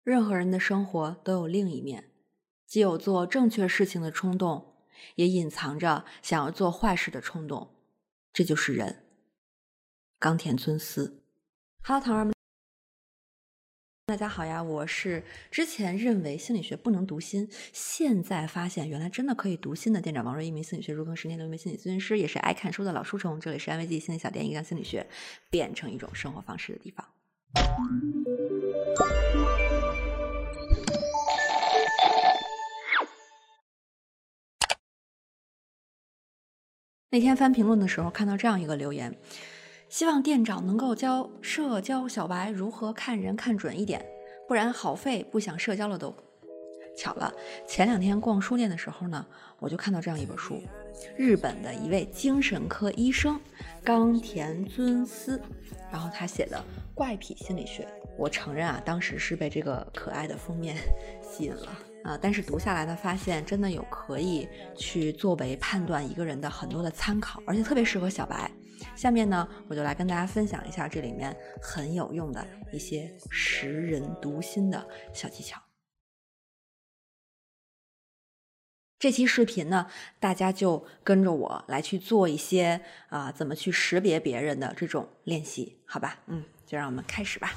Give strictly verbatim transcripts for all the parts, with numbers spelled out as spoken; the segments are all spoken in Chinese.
任何人的生活都有另一面，既有做正确事情的冲动，也隐藏着想要做坏事的冲动。这就是人。冈田尊司。Hello， 糖儿们，大家好呀！我是之前认为心理学不能读心，现在发现原来真的可以读心的店长王瑞，一名心理学入坑十年的一名心理咨询师，也是爱看书的老书虫。这里是安慰自己心理小店，一个让心理学变成一种生活方式的地方。那天翻评论的时候看到这样一个留言，希望店长能够教社交小白如何看人看准一点，不然好废，不想社交了都。巧了，前两天逛书店的时候呢，我就看到这样一本书，日本的一位精神科医生冈田尊司，然后他写的怪癖心理学。我承认啊，当时是被这个可爱的封面吸引了啊，但是读下来呢，发现真的有可以去作为判断一个人的很多的参考，而且特别适合小白。下面呢，我就来跟大家分享一下这里面很有用的一些识人读心的小技巧。这期视频呢，大家就跟着我来去做一些啊、呃，怎么去识别别人的这种练习，好吧？嗯，就让我们开始吧。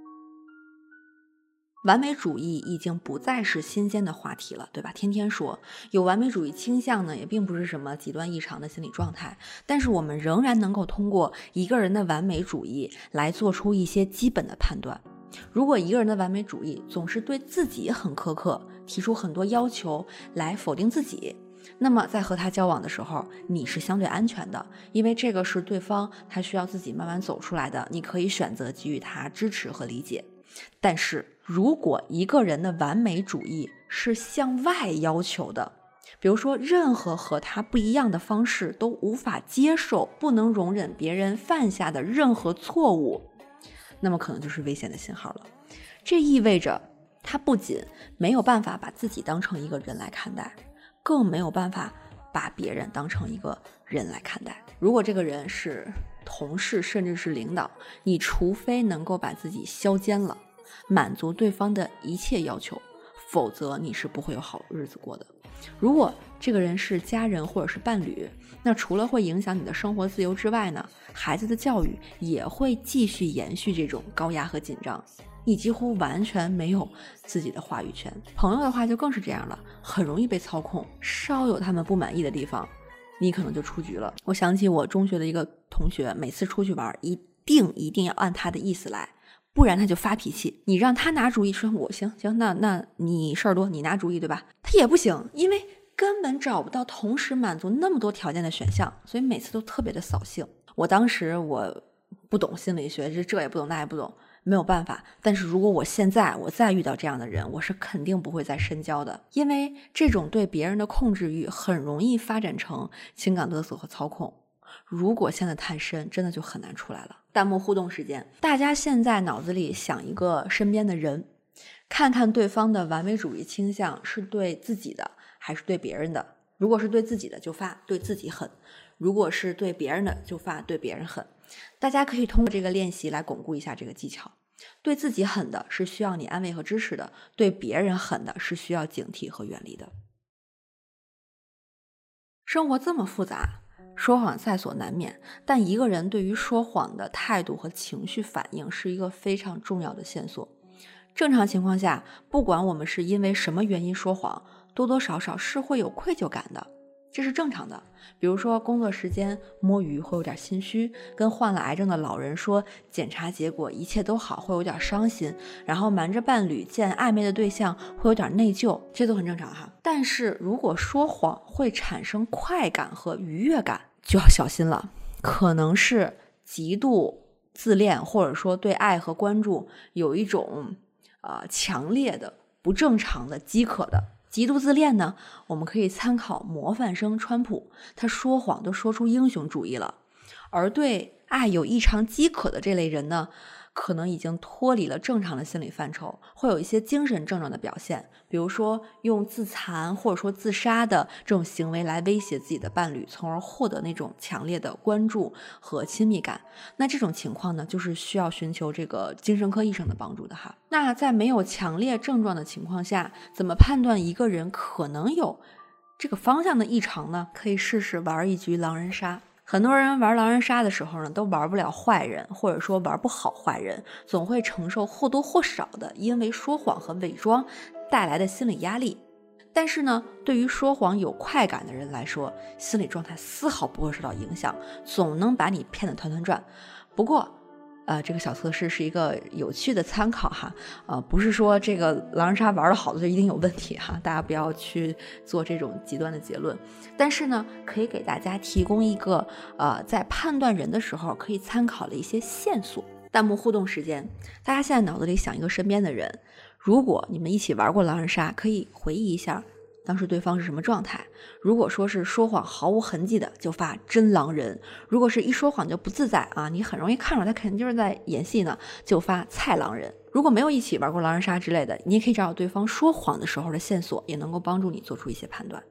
完美主义已经不再是新鲜的话题了，对吧？天天说有完美主义倾向呢，也并不是什么极端异常的心理状态，但是我们仍然能够通过一个人的完美主义来做出一些基本的判断。如果一个人的完美主义总是对自己很苛刻，提出很多要求来否定自己，那么在和他交往的时候，你是相对安全的，因为这个是对方他需要自己慢慢走出来的，你可以选择给予他支持和理解。但是如果一个人的完美主义是向外要求的，比如说任何和他不一样的方式都无法接受，不能容忍别人犯下的任何错误，那么可能就是危险的信号了。这意味着他不仅没有办法把自己当成一个人来看待，更没有办法把别人当成一个人来看待。如果这个人是同事甚至是领导，你除非能够把自己削尖了，满足对方的一切要求，否则你是不会有好日子过的。如果这个人是家人或者是伴侣，那除了会影响你的生活自由之外呢，孩子的教育也会继续延续这种高压和紧张，你几乎完全没有自己的话语权。朋友的话就更是这样了，很容易被操控，稍有他们不满意的地方，你可能就出局了。我想起我中学的一个同学，每次出去玩一定一定要按他的意思来，不然他就发脾气。你让他拿主意，说我行行，那那你事儿多，你拿主意对吧？他也不行，因为根本找不到同时满足那么多条件的选项，所以每次都特别的扫兴。我当时我不懂心理学，这这也不懂那也不懂，没有办法。但是如果我现在我再遇到这样的人，我是肯定不会再深交的，因为这种对别人的控制欲很容易发展成情感勒索和操控。如果陷得太深，真的就很难出来了。弹幕互动时间，大家现在脑子里想一个身边的人，看看对方的完美主义倾向是对自己的还是对别人的。如果是对自己的就发对自己狠，如果是对别人的就发对别人狠。大家可以通过这个练习来巩固一下这个技巧。对自己狠的是需要你安慰和支持的，对别人狠的是需要警惕和远离的。生活这么复杂，说谎在所难免，但一个人对于说谎的态度和情绪反应是一个非常重要的线索。正常情况下，不管我们是因为什么原因说谎，多多少少是会有愧疚感的，这是正常的。比如说工作时间摸鱼会有点心虚，跟患了癌症的老人说检查结果一切都好会有点伤心，然后瞒着伴侣见暧昧的对象会有点内疚，这都很正常哈。但是如果说谎会产生快感和愉悦感，就要小心了，可能是极度自恋，或者说对爱和关注有一种呃强烈的不正常的饥渴的。极度自恋呢，我们可以参考模范生川普，他说谎都说出英雄主义了。而对爱有异常饥渴的这类人呢， 可能已经脱离了正常的心理范畴，会有一些精神症状的表现，比如说用自残或者说自杀的这种行为来威胁自己的伴侣，从而获得那种强烈的关注和亲密感。那这种情况呢，就是需要寻求这个精神科医生的帮助的哈。那在没有强烈症状的情况下，怎么判断一个人可能有这个方向的异常呢？可以试试玩一局狼人杀。很多人玩狼人杀的时候呢，都玩不了坏人，或者说玩不好坏人，总会承受或多或少的因为说谎和伪装带来的心理压力。但是呢，对于说谎有快感的人来说，心理状态丝毫不会受到影响，总能把你骗得团团转。不过呃，这个小测试是一个有趣的参考哈，呃，不是说这个狼人杀玩的好的就一定有问题哈，大家不要去做这种极端的结论。但是呢，可以给大家提供一个呃，在判断人的时候可以参考的一些线索。弹幕互动时间，大家现在脑子里想一个身边的人，如果你们一起玩过狼人杀，可以回忆一下当时对方是什么状态。如果说是说谎毫无痕迹的，就发真狼人；如果是一说谎就不自在啊，你很容易看出来他肯定就是在演戏呢，就发菜狼人。如果没有一起玩过狼人杀之类的，你也可以找找对方说谎的时候的线索，也能够帮助你做出一些判断。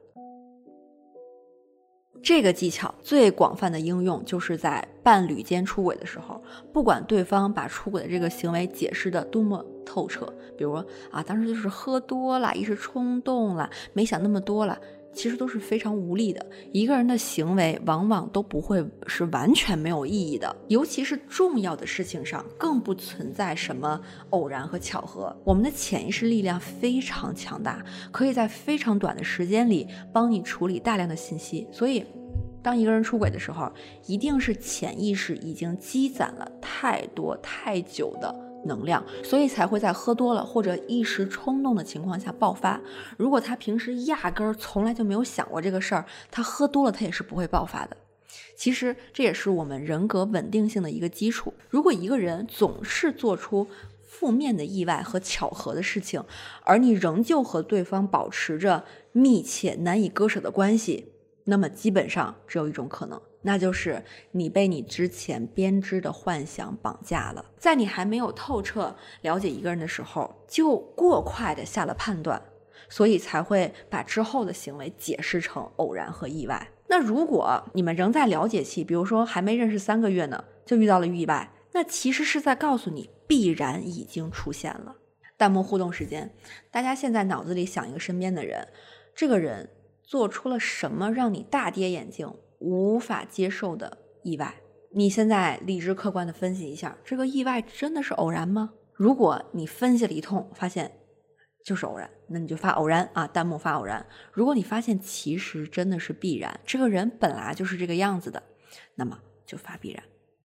这个技巧最广泛的应用就是在伴侣间出轨的时候，不管对方把出轨的这个行为解释的多么透彻，比如啊，当时就是喝多了，一时冲动了，没想那么多了，其实都是非常无力的。一个人的行为往往都不会是完全没有意义的，尤其是重要的事情上更不存在什么偶然和巧合。我们的潜意识力量非常强大，可以在非常短的时间里帮你处理大量的信息。所以当一个人出轨的时候，一定是潜意识已经积攒了太多太久的能量，所以才会在喝多了或者一时冲动的情况下爆发。如果他平时压根儿从来就没有想过这个事儿，他喝多了他也是不会爆发的。其实这也是我们人格稳定性的一个基础。如果一个人总是做出负面的意外和巧合的事情，而你仍旧和对方保持着密切难以割舍的关系，那么基本上只有一种可能，那就是你被你之前编织的幻想绑架了。在你还没有透彻了解一个人的时候，就过快的下了判断，所以才会把之后的行为解释成偶然和意外。那如果你们仍在了解期，比如说还没认识三个月呢，就遇到了意外，那其实是在告诉你必然已经出现了。弹幕互动时间，大家现在脑子里想一个身边的人，这个人做出了什么让你大跌眼镜、无法接受的意外？你现在理智客观的分析一下，这个意外真的是偶然吗？如果你分析了一通，发现就是偶然，那你就发偶然啊，弹幕发偶然。如果你发现其实真的是必然，这个人本来就是这个样子的，那么就发必然。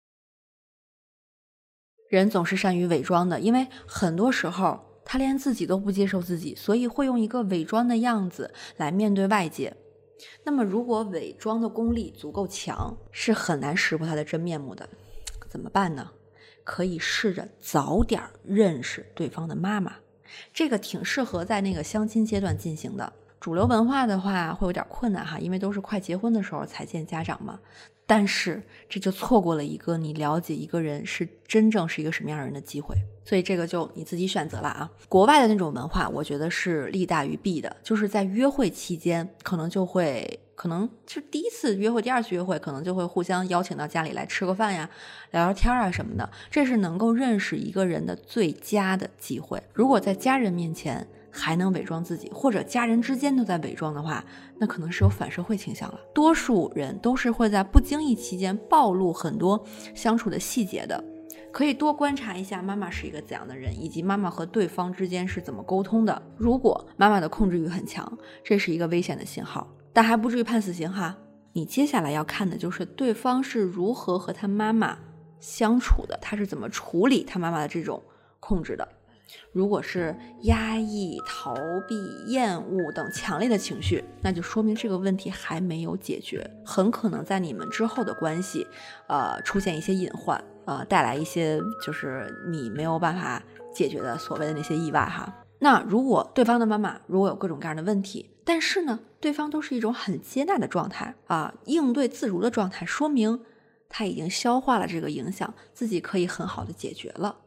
人总是善于伪装的，因为很多时候他连自己都不接受自己，所以会用一个伪装的样子来面对外界。那么如果伪装的功力足够强，是很难识破他的真面目的。怎么办呢？可以试着早点认识对方的妈妈，这个挺适合在那个相亲阶段进行的。主流文化的话会有点困难哈，因为都是快结婚的时候才见家长嘛。但是这就错过了一个你了解一个人是真正是一个什么样的人的机会，所以这个就你自己选择了啊。国外的那种文化我觉得是利大于弊的，就是在约会期间可能就会可能就第一次约会第二次约会可能就会互相邀请到家里来吃个饭呀，聊聊天啊什么的，这是能够认识一个人的最佳的机会。如果在家人面前还能伪装自己，或者家人之间都在伪装的话，那可能是有反社会倾向了。多数人都是会在不经意期间暴露很多相处的细节的，可以多观察一下妈妈是一个怎样的人，以及妈妈和对方之间是怎么沟通的。如果妈妈的控制欲很强，这是一个危险的信号，但还不至于判死刑哈。你接下来要看的就是对方是如何和他妈妈相处的，他是怎么处理他妈妈的这种控制的。如果是压抑、逃避、厌恶等强烈的情绪，那就说明这个问题还没有解决，很可能在你们之后的关系呃，出现一些隐患，呃，带来一些就是你没有办法解决的所谓的那些意外哈。那如果对方的妈妈如果有各种各样的问题，但是呢对方都是一种很接纳的状态啊，应对自如的状态，说明他已经消化了这个影响，自己可以很好的解决了。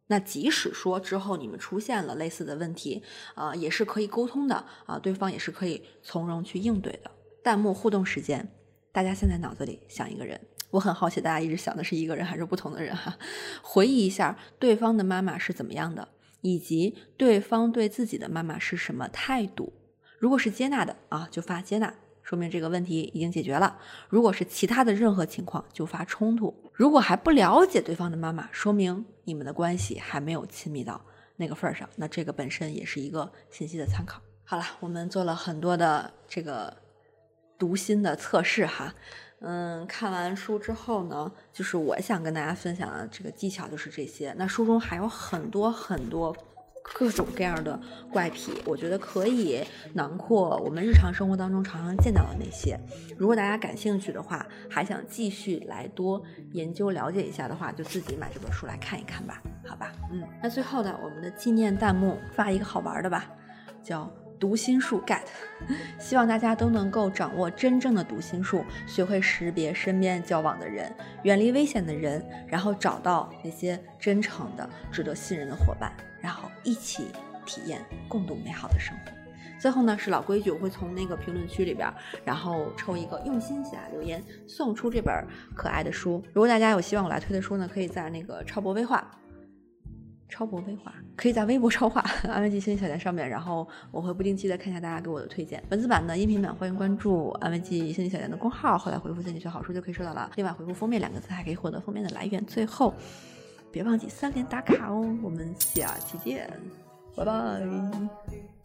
那即使说之后你们出现了类似的问题，呃，也是可以沟通的啊，对方也是可以从容去应对的。弹幕互动时间，大家现在脑子里想一个人，我很好奇大家一直想的是一个人还是不同的人哈。回忆一下对方的妈妈是怎么样的，以及对方对自己的妈妈是什么态度。如果是接纳的啊，就发接纳，说明这个问题已经解决了。如果是其他的任何情况，就发冲突。如果还不了解对方的妈妈，说明你们的关系还没有亲密到那个份儿上，那这个本身也是一个信息的参考。好了，我们做了很多的这个读心的测试哈。嗯，看完书之后呢，就是我想跟大家分享的这个技巧就是这些。那书中还有很多很多各种各样的怪癖，我觉得可以囊括我们日常生活当中常常见到的那些。如果大家感兴趣的话，还想继续来多研究了解一下的话，就自己买这本书来看一看吧，好吧？嗯，那最后呢，我们的纪念弹幕发一个好玩的吧，叫读心术 get， 希望大家都能够掌握真正的读心术，学会识别身边交往的人，远离危险的人，然后找到那些真诚的值得信任的伙伴，然后一起体验共度美好的生活。最后呢，是老规矩，我会从那个评论区里边然后抽一个用心写下留言，送出这本可爱的书。如果大家有希望我来推的书呢，可以在那个超博微话超博微话可以在微博超话安慰剂心理小店上面，然后我会不定期的看一下大家给我的推荐。文字版的音频版欢迎关注安慰剂心理小店的公号，后来回复心理学好书就可以收到了。另外回复封面两个字还可以获得封面的来源。最后别忘记三连打卡哦，我们下期见，拜拜。